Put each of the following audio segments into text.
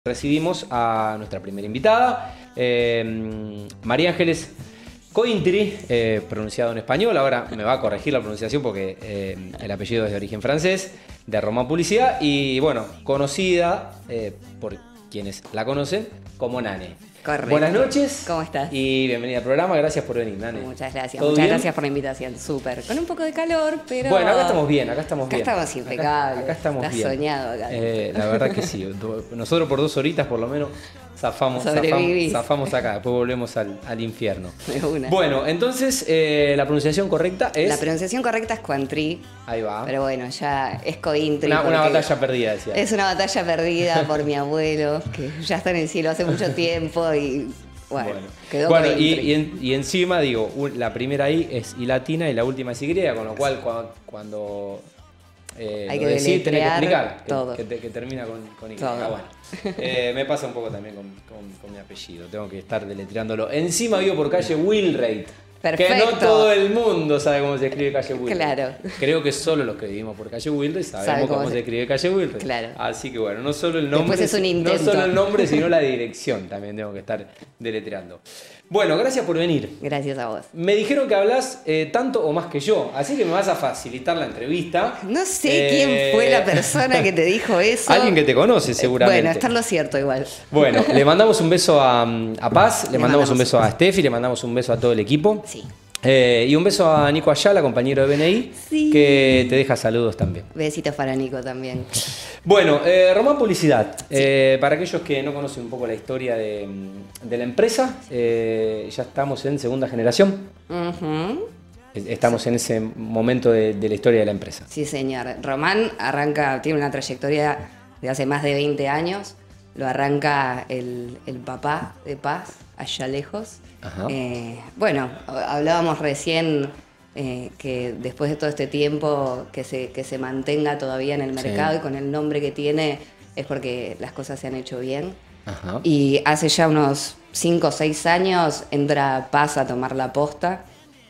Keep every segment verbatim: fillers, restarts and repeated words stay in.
Recibimos a nuestra primera invitada, eh, María Ángeles Cointri, eh, pronunciado en español. Ahora me va a corregir la pronunciación porque eh, el apellido es de origen francés, de Román Publicidad, y bueno, conocida eh, por quienes la conocen como Nane. Correcto. Buenas noches. ¿Cómo estás? Y bienvenida al programa. Gracias por venir, Nane. Muchas gracias. ¿Todo Muchas bien? gracias por la invitación. Súper. Con un poco de calor, pero... Bueno, acá estamos bien, acá estamos acá bien. Estamos impecables. Acá, acá estamos Estás bien. soñado acá. Eh, la verdad que sí. Nosotros por dos horitas por lo menos zafamos, zafamos, Sobrevivís. zafamos acá. Después volvemos al, al infierno. De una. Bueno, entonces eh, la pronunciación correcta es... La pronunciación correcta es Cointri, Ahí va. pero bueno, ya es Cointri. Una, una porque batalla perdida, decía. Es una batalla perdida por mi abuelo, que ya está en el cielo hace mucho tiempo y... Bueno, Bueno, quedó bueno y, Cointri. y, en- y encima, digo, un- la primera I es I latina y la última es Y, con lo cual cuando, cuando eh, Hay lo que decís, tenés que deletrear explicar que, todo. que te- que termina con, con Y. Todo. Ah, bueno. Eh, me pasa un poco también con, con- con mi apellido, tengo que estar deletreándolo. Encima vivo por calle Wilrate, que no Perfecto. todo el mundo sabe cómo se escribe calle Wilrate. Claro. Creo que solo los que vivimos por calle Wilrate sabemos Sabe cómo, cómo se se- escribe calle Wilrate. Claro. Así que bueno, no solo el nombre, Después es un no intento. solo el nombre, sino la dirección también tengo que estar deletreando. Bueno, gracias por venir. Gracias a vos. Me dijeron que hablas eh, tanto o más que yo, así que me vas a facilitar la entrevista. No sé Eh, quién fue la persona que te dijo eso. Alguien que te conoce seguramente. Bueno, está en lo cierto igual. Bueno, le mandamos un beso a, a Paz, le, Le mandamos un mandamos beso un a Steffi, le mandamos un beso a todo el equipo. Sí. Eh, y un beso a Nico Ayala, compañero de B N I, Sí. que te deja saludos también. Besitos para Nico también. Bueno, eh, Román Publicidad. Eh, para aquellos que no conocen un poco la historia de, de la empresa, eh, ya estamos en segunda generación. Ujú. Estamos en ese momento de, de la historia de la empresa. Sí, señor. Román arranca, tiene una trayectoria de hace más de veinte años. Lo arranca el, el papá de Paz, allá lejos. Ajá. Eh, bueno, hablábamos recién eh, que después de todo este tiempo que se, que se mantenga todavía en el mercado Sí. y con el nombre que tiene es porque las cosas se han hecho bien. Ajá. Y hace ya unos cinco o seis años entra Paz a tomar la posta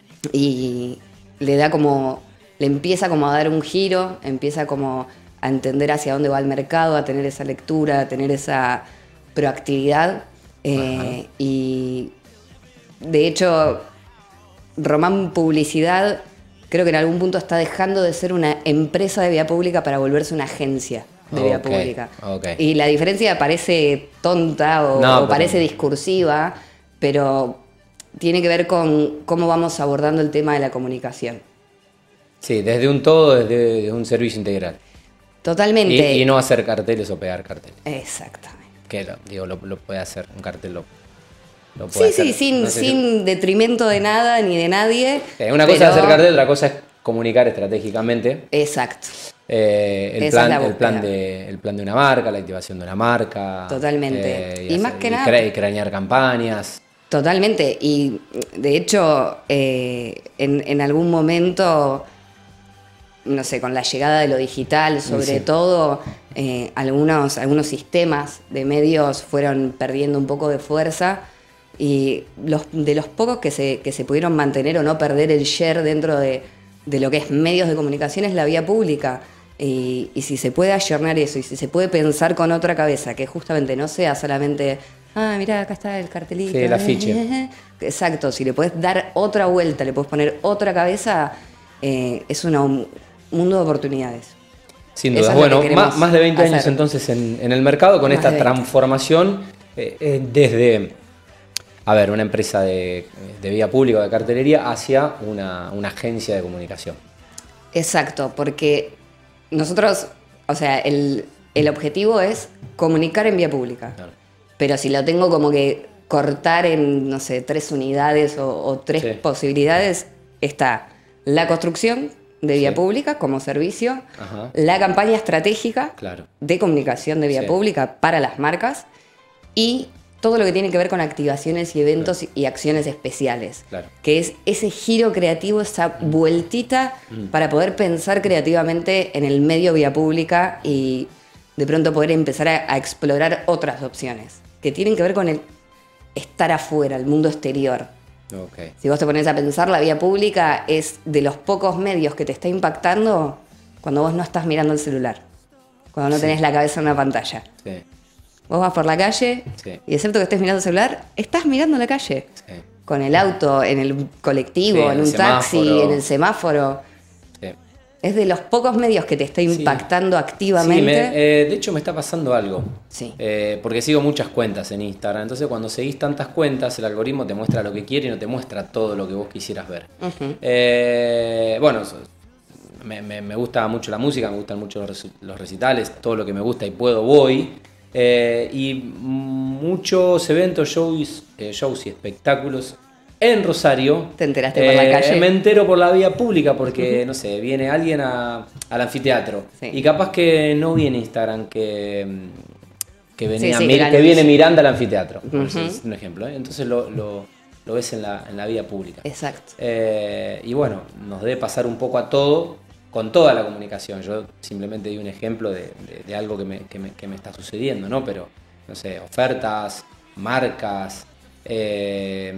y le da como, le empieza como a dar un giro, empieza como a entender hacia dónde va el mercado, a tener esa lectura, a tener esa proactividad. Eh, y de hecho, Román Publicidad creo que en algún punto está dejando de ser una empresa de vía pública para volverse una agencia de vía Ok, pública. ok. Y la diferencia parece tonta o, No, o pero- parece discursiva, pero tiene que ver con cómo vamos abordando el tema de la comunicación. Sí, desde un todo, desde, desde un servicio integral. Totalmente. Y, y no hacer carteles o pegar carteles. Exactamente. Que lo, digo, lo, lo puede hacer, un cartel lo, lo Sí, puede hacer. sí, sin, No sé si- sin detrimento de nada ni de nadie. Eh, Una cosa pero- es hacer cartel, otra cosa es comunicar estratégicamente. Exacto. Eh, el, Esa plan, es la el, plan búsqueda. de, el plan de una marca, la activación de una marca. Totalmente. eh, Y más hacer- que y nada- cre- y cranear campañas. Totalmente. Y de hecho, eh, en, en algún momento, no sé, con la llegada de lo digital, sobre sí. todo, eh, algunos, algunos sistemas de medios fueron perdiendo un poco de fuerza. Y los, de los pocos que se, que se pudieron mantener o no perder el share dentro de, de lo que es medios de comunicación es la vía pública. Y, y si se puede ayornar eso, y si se puede pensar con otra cabeza, que justamente no sea solamente, ah, mirá, acá está el cartelito. Sí, el afiche. Exacto, si le puedes dar otra vuelta, le puedes poner otra cabeza, eh, es una- un mundo de oportunidades. Sin Eso duda. es lo Bueno, que queremos más, más de veinte años hacer. entonces en, en el mercado con Más esta de veinte. transformación eh, eh, desde, a ver, una empresa de, de vía pública o de cartelería hacia una, una agencia de comunicación. Exacto, porque nosotros, o sea, el, el objetivo es comunicar en vía pública. Claro. Pero si lo tengo como que cortar en, no sé, tres unidades o, o tres Sí. posibilidades, está la construcción de vía Sí. pública como servicio, Ajá. la campaña estratégica Claro. de comunicación de vía Sí. pública para las marcas y todo lo que tiene que ver con activaciones y eventos y acciones especiales. Claro. Que es ese giro creativo, esa vueltita para poder pensar creativamente en el medio vía pública y de pronto poder empezar a, a explorar otras opciones que tienen que ver con el estar afuera, el mundo exterior. Ok. Si vos te pones a pensar, la vía pública es de los pocos medios que te está impactando cuando vos no estás mirando el celular, cuando no Sí. tenés la cabeza en una pantalla. Sí. Vos vas por la calle Sí. y excepto que estés mirando el celular, estás mirando la calle. Sí. Con el auto, en el colectivo, Sí, en en un el taxi, semáforo. en el semáforo. Sí. Es de los pocos medios que te está impactando Sí, activamente. me- eh, de hecho me está pasando algo. Sí. Eh, porque sigo muchas cuentas en Instagram. Entonces cuando seguís tantas cuentas, el algoritmo te muestra lo que quiere y no te muestra todo lo que vos quisieras ver. Ujú. Eh, bueno, so- me, me- me gusta mucho la música, me gustan mucho los, reci- los recitales, todo lo que me gusta y puedo voy. Eh, y muchos eventos, shows, eh, shows y espectáculos en Rosario. ¿Te enteraste por la calle? Me entero por la vía pública porque, no sé, viene alguien a- al anfiteatro. Sí. Y capaz que no viene Instagram que, que, venía Sí, sí, Mir- que la que viene noticia. Miranda al anfiteatro. Por eso Ujú. es un ejemplo. ¿eh? Entonces lo, lo- lo ves en la, en la vía pública. Exacto. Eh, y bueno, nos debe pasar un poco a todo, con toda la comunicación. Yo simplemente di un ejemplo de, de- de algo que me, que, me, que me está sucediendo, ¿no? Pero, no sé, ofertas, marcas, eh,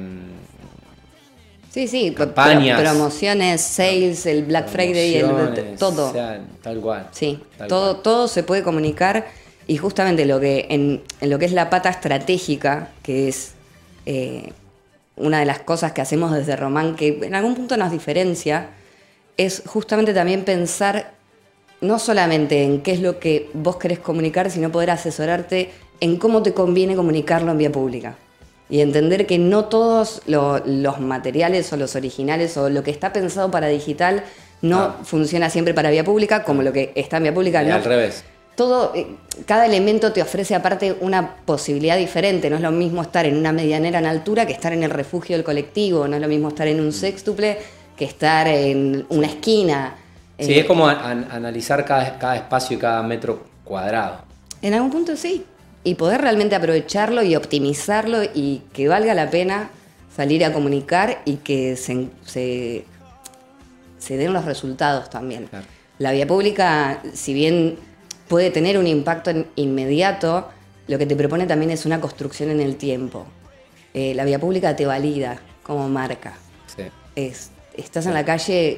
Sí, sí, pro- Campañas. promociones, sales, el Black Friday, el, promociones, todo. o sea, tal cual. Sí, tal todo, cual. todo se puede comunicar y justamente lo que en, en lo que es la pata estratégica, que es eh, una de las cosas que hacemos desde Román, que en algún punto nos diferencia, es justamente también pensar no solamente en qué es lo que vos querés comunicar, sino poder asesorarte en cómo te conviene comunicarlo en vía pública. Y entender que no todos lo- los materiales o los originales o lo que está pensado para digital no Ah. funciona siempre para vía pública, como lo que está en vía pública. Y no. al revés. Todo, eh, cada elemento te ofrece aparte una posibilidad diferente. No es lo mismo estar en una medianera en altura que estar en el refugio del colectivo. No es lo mismo estar en un sextuple que estar en una esquina. Sí, Eh, es como a- a- analizar cada, cada espacio y cada metro cuadrado. En algún punto sí. Y poder realmente aprovecharlo y optimizarlo y que valga la pena salir a comunicar y que se, se, se den los resultados también. Claro. La vía pública, si bien puede tener un impacto en- inmediato, lo que te propone también es una construcción en el tiempo. Eh, la vía pública te valida como marca. Sí. Es, estás en la calle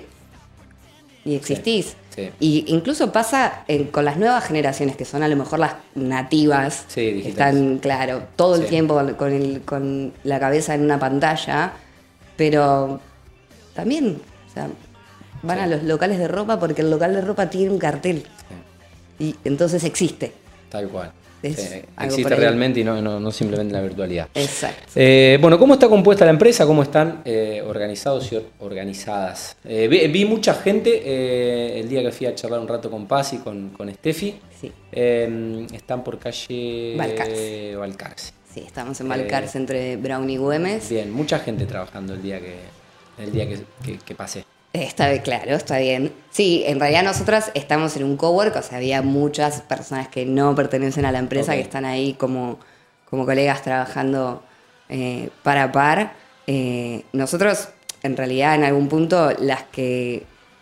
y existís. Sí. Y incluso pasa en- con las nuevas generaciones, que son a lo mejor las nativas, Sí, que digitales. están, claro, todo el Sí. tiempo con, el- con la cabeza en una pantalla, pero también, o sea, van Sí. a los locales de ropa porque el local de ropa tiene un cartel Sí. y entonces existe. Tal cual. Es Sí, algo por existe ahí. realmente y no, no, no simplemente en la virtualidad. Exacto. Eh, bueno, ¿cómo está compuesta la empresa? ¿Cómo están eh, organizados y or- organizadas? Eh, vi, vi mucha gente eh, el día que fui a charlar un rato con Paz y con, con Steffi. Sí. Eh, están por calle Balcarce. Balcarce. Sí, estamos en Balcarce Eh, entre Brown y Güemes. Bien, mucha gente trabajando el día que, el día que, que- que pasé. Está bien, claro, está bien. Sí, en realidad nosotras estamos en un cowork, o sea, había muchas personas que no pertenecen a la empresa, Ok. que están ahí como, como colegas trabajando eh, par a par. Eh, nosotros, en realidad, en algún punto, las que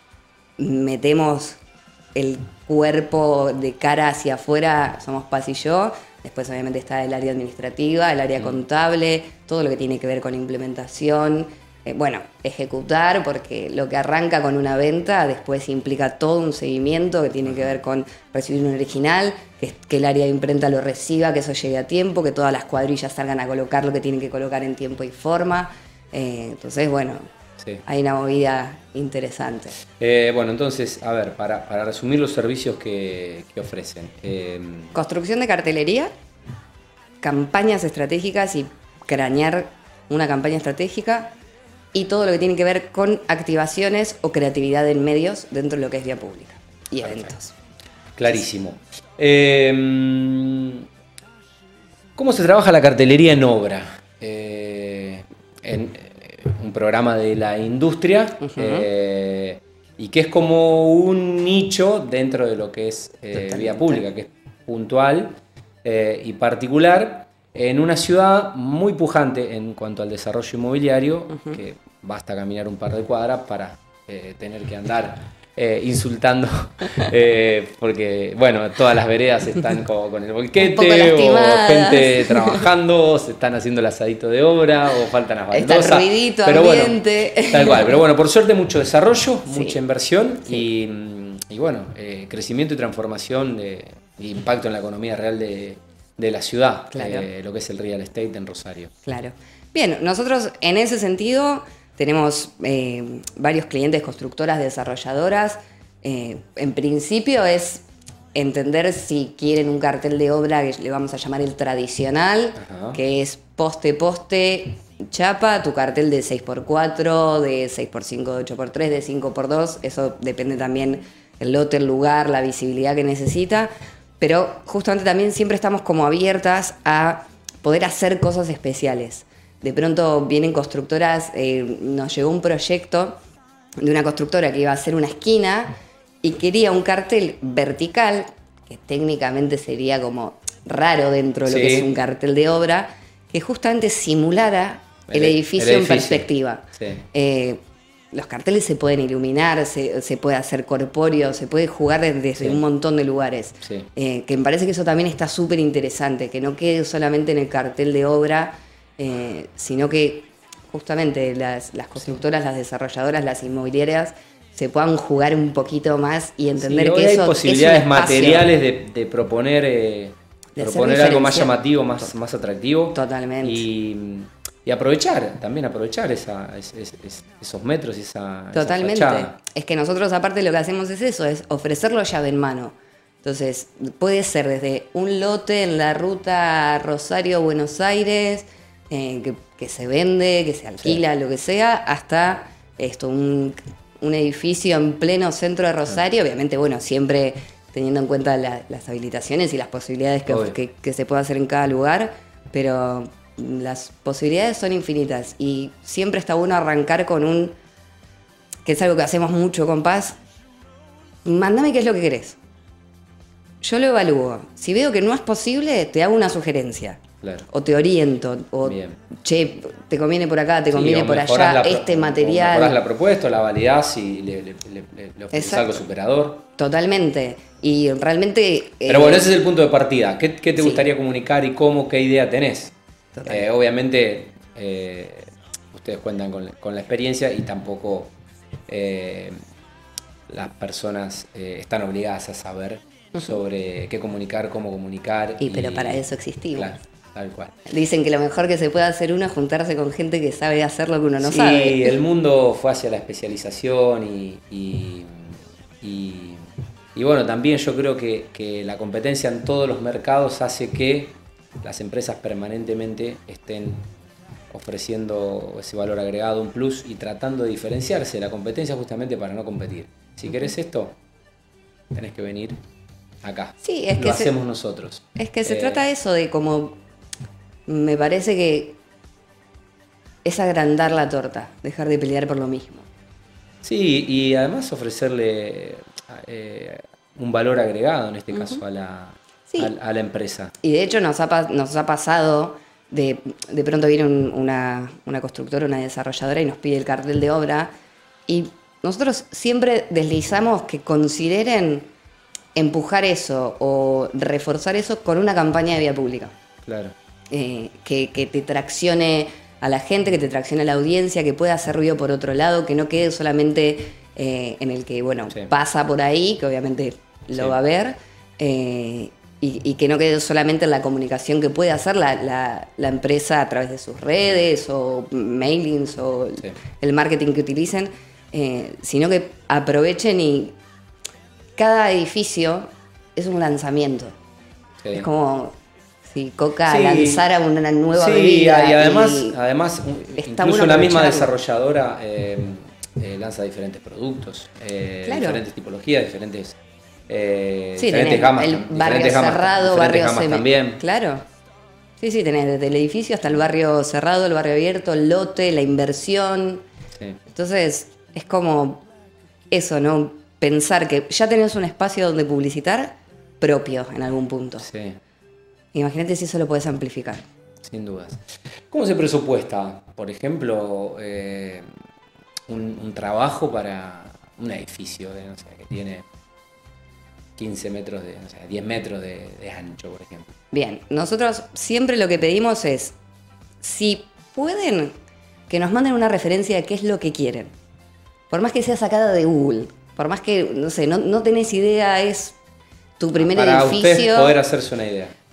metemos el cuerpo de cara hacia afuera somos Paz y yo. Después, obviamente, está el área administrativa, el área contable, todo lo que tiene que ver con implementación. Eh, bueno, ejecutar, porque lo que arranca con una venta después implica todo un seguimiento que tiene que ver con recibir un original, que, que el área de imprenta lo reciba, que eso llegue a tiempo, que todas las cuadrillas salgan a colocar lo que tienen que colocar en tiempo y forma. Eh, entonces, bueno, Sí. hay una movida interesante. Eh, bueno, entonces, a ver, para, para resumir los servicios que, que ofrecen. Eh, Construcción de cartelería, campañas estratégicas y cranear una campaña estratégica y todo lo que tiene que ver con activaciones o creatividad en medios dentro de lo que es vía pública y Perfecto. eventos. Clarísimo. Eh, ¿Cómo se trabaja la cartelería en obra? Eh, en eh, un programa de la industria Ujú. eh, y que es como un nicho dentro de lo que es eh, Totalmente. vía pública, que es puntual eh, y particular en una ciudad muy pujante en cuanto al desarrollo inmobiliario, que basta caminar un par de cuadras para eh, tener que andar eh, insultando, eh, porque, bueno, todas las veredas están como con el Un poco bolquete, o lastimadas. gente trabajando, se están haciendo el asadito de obra, o faltan las Está el baldosas. ruidito, pero ambiente. Bueno, tal cual, pero bueno, por suerte mucho desarrollo, Sí. mucha inversión Sí. y, y, bueno, eh, crecimiento y transformación de, de impacto en la economía real de, de la ciudad, Claro. eh, lo que es el real estate en Rosario. Claro. Bien, nosotros en ese sentido tenemos eh, varios clientes, constructoras, desarrolladoras. Eh, en principio es entender si quieren un cartel de obra que le vamos a llamar el tradicional, Ajá. que es poste, poste, chapa, tu cartel de seis por cuatro, de seis por cinco, de ocho por tres, de cinco por dos, eso depende también el lote, el lugar, la visibilidad que necesita, pero justamente también siempre estamos como abiertas a poder hacer cosas especiales. De pronto vienen constructoras, eh, nos llegó un proyecto de una constructora que iba a hacer una esquina y quería un cartel vertical, que técnicamente sería como raro dentro de lo Sí. que es un cartel de obra, que justamente simulara el, El- edificio, el en edificio. perspectiva. Sí. Eh, los carteles se pueden iluminar, se, se puede hacer corpóreo, se puede jugar desde Sí. un montón de lugares. Sí. Eh, que me parece que eso también está súper interesante, que no quede solamente en el cartel de obra, eh, sino que justamente las, las constructoras, las desarrolladoras, las inmobiliarias se puedan jugar un poquito más y entender Sí, hoy que hay eso posibilidades es un espacio. materiales de, de proponer, eh, De hacer proponer algo más diferencia. llamativo, más, más atractivo. Totalmente. Y, y aprovechar, también aprovechar esa, es- es- es- esos metros y esa, esa Totalmente. fachada. Es que nosotros aparte lo que hacemos es eso, es ofrecerlo llave en mano. Entonces, puede ser desde un lote en la ruta Rosario-Buenos Aires, eh, que, que se vende, que se alquila, lo que sea, hasta esto, un, un edificio en pleno centro de Rosario, obviamente, bueno, siempre teniendo en cuenta la- las habilitaciones y las posibilidades que, Obvio. que, que se puede hacer en cada lugar, pero las posibilidades son infinitas y siempre está bueno arrancar con un, que es algo que hacemos mucho con Paz, mándame qué es lo que querés. Yo lo evalúo. Si veo que no es posible, te hago una sugerencia. Claro. O te oriento. O, Bien. che, te conviene por acá, te Sí, conviene o por mejorás allá, la pro- este o material. mejorás la propuesta, la validás y le, le, le- le- le ofreces Exacto. algo superador. Totalmente. Y realmente... Pero eh, bueno, ese es el punto de partida. ¿Qué, qué te sí. gustaría comunicar y cómo, qué idea tenés? Total. Eh, obviamente, eh, ustedes cuentan con, con la experiencia y tampoco eh, las personas eh, están obligadas a saber sobre qué comunicar, cómo comunicar. Y pero para eso existimos. Claro, tal cual. Dicen que lo mejor que se puede hacer uno es juntarse con gente que sabe hacer lo que uno no sí, sabe. el mundo fue hacia la especialización y, y, y- y bueno, también yo creo que, que la competencia en todos los mercados hace que las empresas permanentemente estén ofreciendo ese valor agregado, un plus y tratando de diferenciarse de la competencia justamente para no competir. Si querés esto, tenés que venir acá. Sí, es Lo que se- hacemos nosotros. Es que se Eh, trata eso de como... Me parece que es agrandar la torta, dejar de pelear por lo mismo. Sí, y además ofrecerle eh, un valor agregado, en este caso, a la, Sí. a, a la empresa. Y de hecho nos ha, pa- nos ha pasado, de, de pronto viene un- una, una constructora, una desarrolladora y nos pide el cartel de obra y nosotros siempre deslizamos que consideren empujar eso o reforzar eso con una campaña de vía pública. Claro. Eh, que, que te traccione a la gente, que te traccione a la audiencia, que pueda hacer ruido por otro lado, que no quede solamente eh, en el que, bueno, Sí. pasa por ahí, que obviamente lo Sí. va a ver, eh, y, y que no quede solamente en la comunicación que puede hacer la, la- la empresa a través de sus redes o mailings o Sí. el marketing que utilicen, eh, sino que aprovechen y cada edificio es un lanzamiento. Sí. Es como si Coca Sí. lanzara una nueva Sí, bebida. y además, y- además está incluso bueno la misma aprovecharlo. desarrolladora eh, eh, lanza diferentes productos, eh, Claro. diferentes tipologías, diferentes, eh, Sí, diferentes tenés gamas. el diferentes barrio gamas- cerrado, diferentes barrio gamas semi- también. Claro. Sí, sí, tenés desde el edificio hasta el barrio cerrado, el barrio abierto, el lote, la inversión. Sí. Entonces, es como eso, ¿no? Pensar que ya tenés un espacio donde publicitar propio en algún punto. Sí. Imagínate si eso lo podés amplificar. Sin dudas. ¿Cómo se presupuesta, por ejemplo, eh, un, un trabajo para un edificio de, no sé, que tiene quince metros de, no sé, diez metros de, de ancho, por ejemplo? Bien, nosotros siempre lo que pedimos es, si pueden, que nos manden una referencia de qué es lo que quieren. Por más que sea sacada de Google, por más que, no sé, no, no tenés idea, es tu primer Para edificio. usted poder hacerse una idea.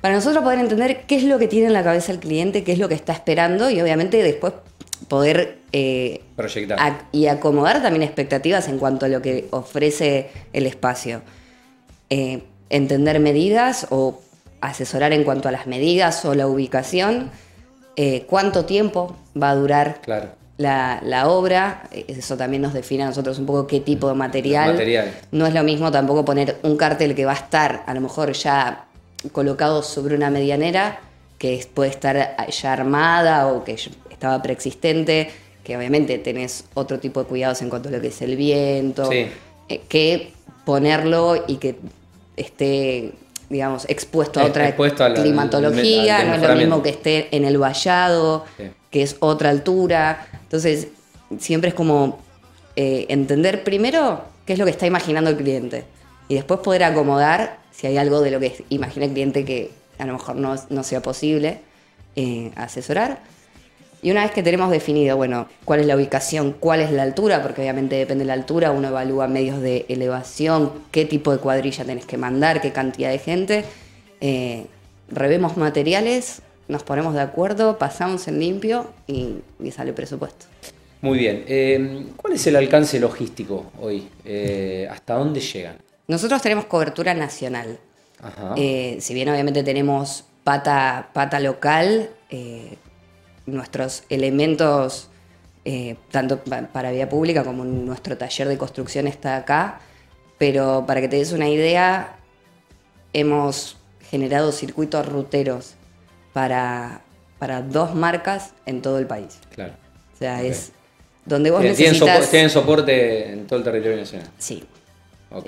Para nosotros poder entender qué es lo que tiene en la cabeza el cliente, qué es lo que está esperando y obviamente después poder eh, proyectar ac- y acomodar también expectativas en cuanto a lo que ofrece el espacio. Eh, entender medidas o asesorar en cuanto a las medidas o la ubicación, eh, cuánto tiempo va a durar claro. la, la obra, eso también nos define a nosotros un poco qué tipo de material. Los materiales. No es lo mismo tampoco poner un cartel que va a estar a lo mejor ya colocado sobre una medianera, que puede estar ya armada o que estaba preexistente, que obviamente tenés otro tipo de cuidados en cuanto a lo que es el viento, sí. eh, que ponerlo y que esté, digamos, expuesto a otra expuesto a la, climatología, al, al, al no es lo mismo que esté en el vallado, sí. que es otra altura. Entonces, siempre es como eh, entender primero qué es lo que está imaginando el cliente y después poder acomodar si hay algo de lo que imagina el cliente que a lo mejor no, no sea posible, eh, asesorar. Y una vez que tenemos definido, bueno, cuál es la ubicación, cuál es la altura, porque obviamente depende de la altura, uno evalúa medios de elevación, qué tipo de cuadrilla tenés que mandar, qué cantidad de gente, eh, revemos materiales, nos ponemos de acuerdo, pasamos en limpio y, y sale presupuesto. Muy bien. Eh, ¿Cuál es el alcance logístico hoy? Eh, ¿Hasta dónde llegan? Nosotros tenemos cobertura nacional. Ajá. Eh, si bien obviamente tenemos pata, pata local, eh, nuestros elementos, eh, tanto pa para vía pública como nuestro taller de construcción está acá, pero para que te des una idea, hemos generado circuitos ruteros para, para dos marcas en todo el país. Claro. O sea, okay. es donde vos ¿Tienen, necesitas... Sopor ¿Tienen soporte en todo el territorio nacional? Sí. Ok.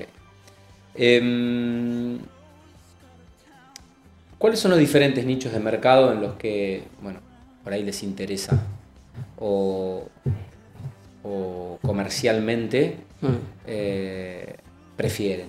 Eh, ¿Cuáles son los diferentes nichos de mercado en los que, bueno, por ahí les interesa o, o comercialmente mm. eh, prefieren?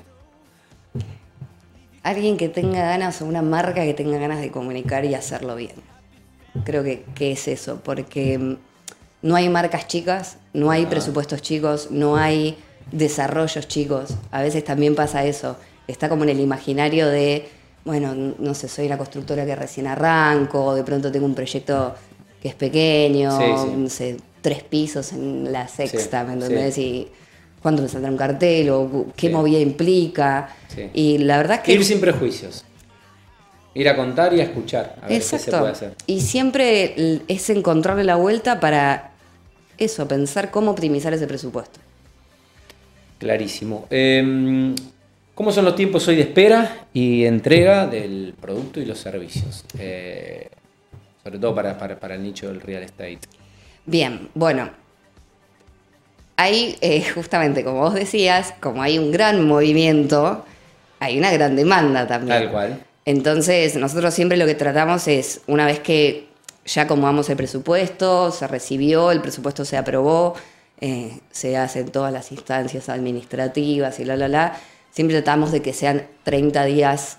Alguien que tenga ganas o una marca que tenga ganas de comunicar y hacerlo bien. Creo que, que es eso, porque no hay marcas chicas, no hay ah. presupuestos chicos, no hay desarrollos chicos. A veces también pasa eso. Está como en el imaginario de, bueno, no sé, soy una constructora que recién arranco, de pronto tengo un proyecto que es pequeño, sí, sí. no sé, tres pisos en la sexta, sí, ¿me entendés? Sí. Y cuánto me saldrá un cartel o qué sí. movida implica. Sí. Y la verdad que... Ir sin prejuicios. Ir a contar y a escuchar, a ver Exacto. qué se puede hacer. Y siempre es encontrarle la vuelta para eso, pensar cómo optimizar ese presupuesto. Clarísimo. Eh, ¿Cómo son los tiempos hoy de espera y entrega del producto y los servicios? Eh, sobre todo para, para, para el nicho del real estate. Bien, bueno. Hay, eh, justamente como vos decías, como hay un gran movimiento, hay una gran demanda también. Tal cual. Entonces, nosotros siempre lo que tratamos es, una vez que ya acomodamos el presupuesto, se recibió, el presupuesto se aprobó, eh, se hacen todas las instancias administrativas y la, la, la, siempre tratamos de que sean treinta días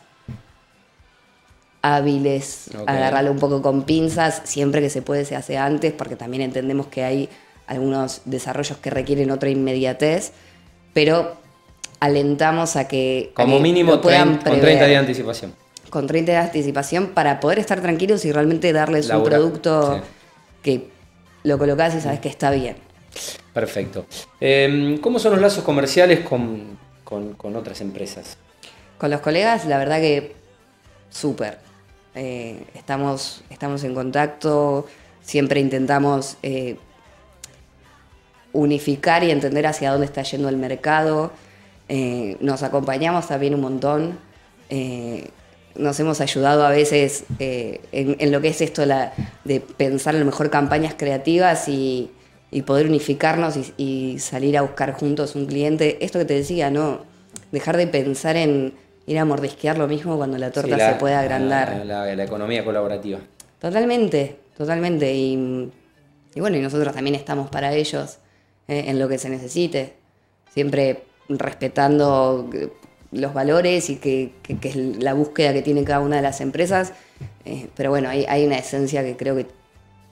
hábiles, okay. agarrarlo un poco con pinzas, siempre que se puede se hace antes, porque también entendemos que hay algunos desarrollos que requieren otra inmediatez, pero alentamos a que como a que mínimo puedan con treinta días de anticipación. Con treinta días de anticipación para poder estar tranquilos y realmente darles Laura, un producto sí. que lo colocás y sabes que está bien. Perfecto. Eh, ¿Cómo son los lazos comerciales con, con, con otras empresas? Con los colegas, la verdad que súper. Eh, estamos, estamos en contacto, siempre intentamos eh, unificar y entender hacia dónde está yendo el mercado. Eh, nos acompañamos también un montón. Eh, nos hemos ayudado a veces eh, en, en lo que es esto la, de pensar a lo mejor campañas creativas y, y poder unificarnos y, y salir a buscar juntos un cliente. Esto que te decía, ¿no? Dejar de pensar en ir a mordisquear lo mismo cuando la torta sí, la, se puede agrandar. La, la, la economía colaborativa. Totalmente, totalmente. Y, y bueno, y nosotros también estamos para ellos eh, en lo que se necesite. Siempre respetando los valores y que, que, que es la búsqueda que tiene cada una de las empresas. Eh, pero bueno, hay, hay una esencia que creo que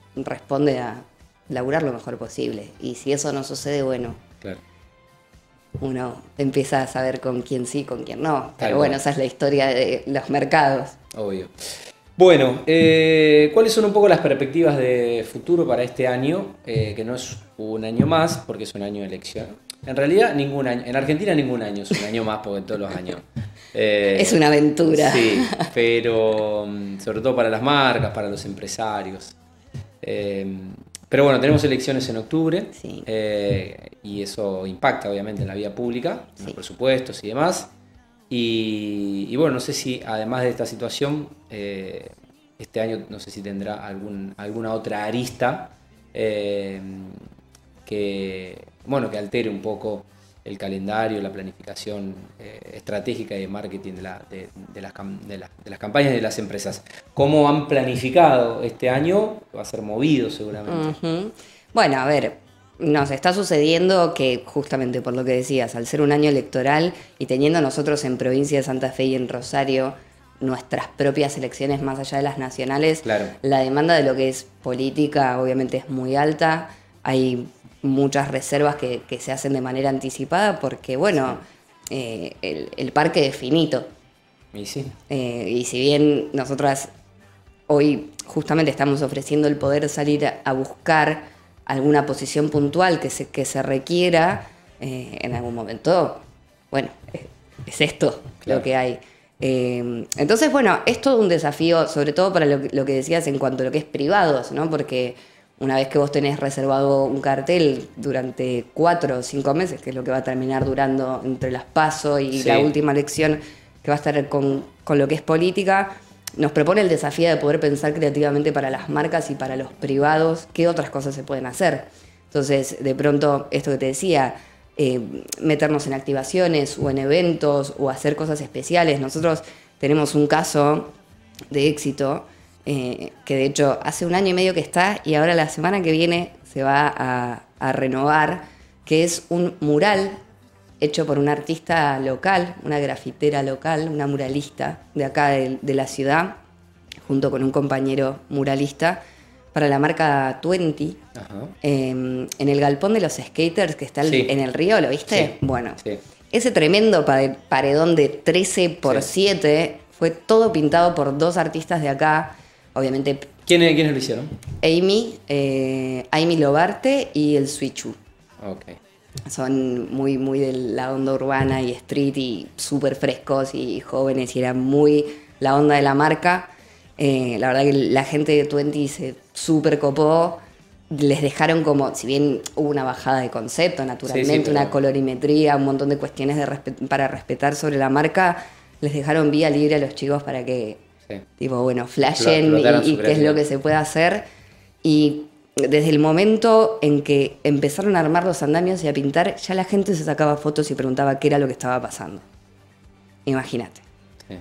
responde a laburar lo mejor posible. Y si eso no sucede, bueno. Claro. uno empieza a saber con quién sí, con quién no. Pero Tal bueno, cual. esa es la historia de los mercados. Obvio. Bueno, eh, ¿cuáles son un poco las perspectivas de futuro para este año? Eh, que no es un año más, porque es un año de elección. En realidad, ningún año. En Argentina, ningún año es un año más, porque todos los años. Eh, Es una aventura. Sí, pero mm, sobre todo para las marcas, para los empresarios. Eh, pero bueno, tenemos elecciones en octubre, Sí. eh, y eso impacta obviamente en la vida pública, en Sí. los presupuestos y demás. Y, y bueno, no sé si además de esta situación, eh, este año no sé si tendrá algún, alguna otra arista eh, que, bueno, que altere un poco el calendario, la planificación eh, estratégica y de marketing de, la, de, de, las, cam- de, la- de las campañas de las empresas. ¿Cómo han planificado este año? Va a ser movido seguramente. Ujú. Bueno, a ver, nos está sucediendo que justamente por lo que decías, al ser un año electoral y teniendo nosotros en provincia de Santa Fe y en Rosario nuestras propias elecciones más allá de las nacionales, Claro. la demanda de lo que es política obviamente es muy alta. Hay muchas reservas que, que se hacen de manera anticipada porque, bueno, eh, el, el parque es finito. Y sí, Eh, y si bien nosotras hoy justamente estamos ofreciendo el poder salir a, a buscar alguna posición puntual que se, que se requiera, eh, en algún momento, bueno, es, es esto Claro. lo que hay. Eh, entonces, bueno, es todo un desafío, sobre todo para lo, que- lo que decías en cuanto a lo que es privados, ¿no? Porque una vez que vos tenés reservado un cartel durante cuatro o cinco meses, que es lo que va a terminar durando entre las PASO y Sí. la última elección, que va a estar con, con lo que es política, nos propone el desafío de poder pensar creativamente para las marcas y para los privados qué otras cosas se pueden hacer. Entonces, de pronto, esto que te decía, eh, meternos en activaciones o en eventos o hacer cosas especiales. Nosotros tenemos un caso de éxito eh, que de hecho hace un año y medio que está y ahora la semana que viene se va a, a renovar, que es un mural hecho por una artista local, una grafitera local, una muralista de acá de, de la ciudad, junto con un compañero muralista, para la marca veinte, ajá. eh, en el galpón de los skaters que está el- Sí. en el río, ¿lo viste? Sí. Bueno, Sí. ese tremendo pare- paredón de trece por siete fue todo pintado por dos artistas de acá, obviamente ¿Quiénes, ¿Quiénes lo hicieron? Amy, eh, Amy Lobarte y el Switchu. Ok. Son muy, muy de la onda urbana y street y súper frescos y jóvenes y era muy la onda de la marca. Eh, la verdad que la gente de veinte se súper copó. Les dejaron como, si bien hubo una bajada de concepto, naturalmente, Sí, sí, pero- una colorimetría, un montón de cuestiones de respe- para respetar sobre la marca, les dejaron vía libre a los chicos para que, Sí. tipo, bueno, flashen Explotaran y, su y qué es lo creatividad. que se puede hacer. Y desde el momento en que empezaron a armar los andamios y a pintar, ya la gente se sacaba fotos y preguntaba qué era lo que estaba pasando. Imagínate. Sí.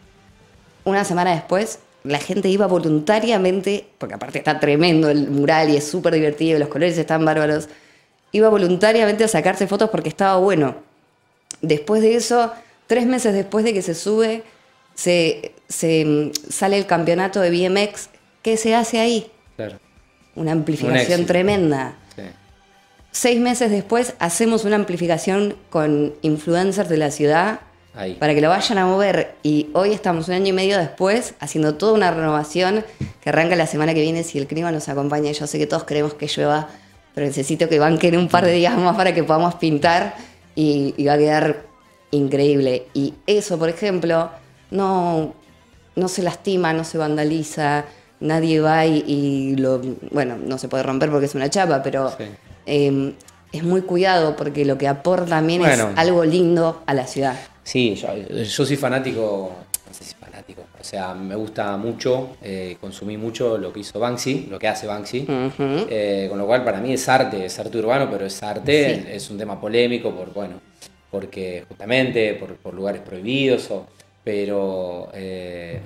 Una semana después, la gente iba voluntariamente, porque aparte está tremendo el mural y es súper divertido, y los colores están bárbaros, iba voluntariamente a sacarse fotos porque estaba bueno. Después de eso, tres meses después de que se sube, se, se mm, sale el campeonato de B M X. ¿Qué se hace ahí? Claro. Una Un amplificación éxito. tremenda. Sí. Seis meses después hacemos una amplificación con influencers de la ciudad Ahí. para que lo vayan a mover. Y hoy estamos un año y medio después haciendo toda una renovación que arranca la semana que viene si el clima nos acompaña. Yo sé que todos queremos que llueva, pero necesito que banquen un par de días más para que podamos pintar y, y va a quedar increíble. Y eso, por ejemplo, no, no se lastima, no se vandaliza, nadie va y, y lo... Bueno, no se puede romper porque es una chapa, pero... Sí. Eh, es muy cuidado porque lo que aporta también Bueno. es algo lindo a la ciudad. Sí, yo, yo soy fanático, no sé si fanático, o sea, me gusta mucho, eh, consumí mucho lo que hizo Banksy, lo que hace Banksy, Ujú. eh, con lo cual para mí es arte, es arte urbano, pero es arte, Sí. es un tema polémico, por, bueno, porque justamente por, por lugares prohibidos, o, pero eh,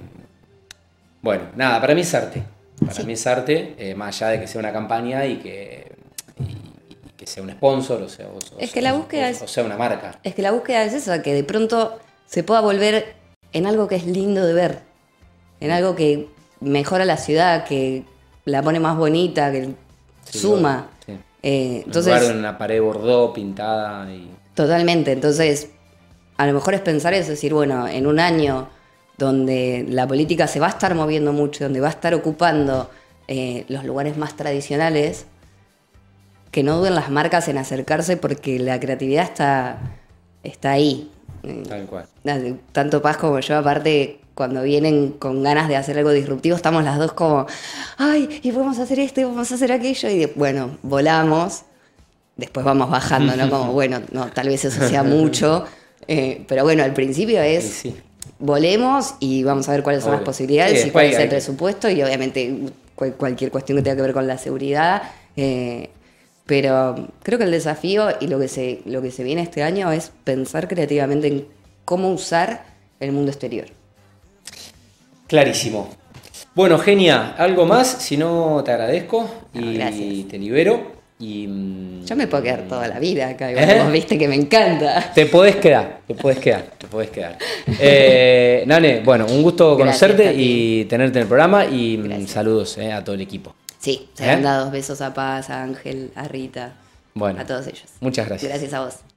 bueno, nada, para mí es arte, para Sí. mí es arte, eh, más allá de que sea una campaña y que, y- y que sea un sponsor, o sea, o, Es o- que la o- búsqueda o- es- o sea una marca. Es que la búsqueda es esa, que de pronto se pueda volver en algo que es lindo de ver, en algo que mejora la ciudad, que la pone más bonita, que Sí, suma. sí. Eh, En lugar de entonces, una pared bordó pintada y Totalmente, entonces a lo mejor es pensar eso, es decir, bueno, en un año donde la política se va a estar moviendo mucho, donde va a estar ocupando eh, los lugares más tradicionales, que no duden las marcas en acercarse porque la creatividad está, está ahí. Tal cual. Tanto Paz como yo, aparte, cuando vienen con ganas de hacer algo disruptivo, estamos las dos como, ay, y podemos hacer esto, y podemos hacer aquello, y de, bueno, volamos, después vamos bajando, ¿no? Como, bueno, no, tal vez eso sea mucho, eh, pero bueno, al principio es, sí, sí. volemos y vamos a ver cuáles son Obvio. las posibilidades sí, y cuál es el presupuesto, y obviamente cual, cualquier cuestión que tenga que ver con la seguridad, eh, pero creo que el desafío y lo que, se, lo que se viene este año es pensar creativamente en cómo usar el mundo exterior. Clarísimo. Bueno, Genia, ¿algo más? Si no, te agradezco y no, gracias. te libero. Y, yo me puedo quedar toda la vida acá, igual ¿Eh? vos viste que me encanta. Te podés quedar, te podés quedar, te podés quedar. Eh, Nane, bueno, un gusto conocerte gracias, y tenerte en el programa y gracias. saludos eh, a todo el equipo. Sí, se ¿Eh? han dado besos a Paz, a Ángel, a Rita, bueno, a todos ellos. Muchas gracias. Gracias a vos.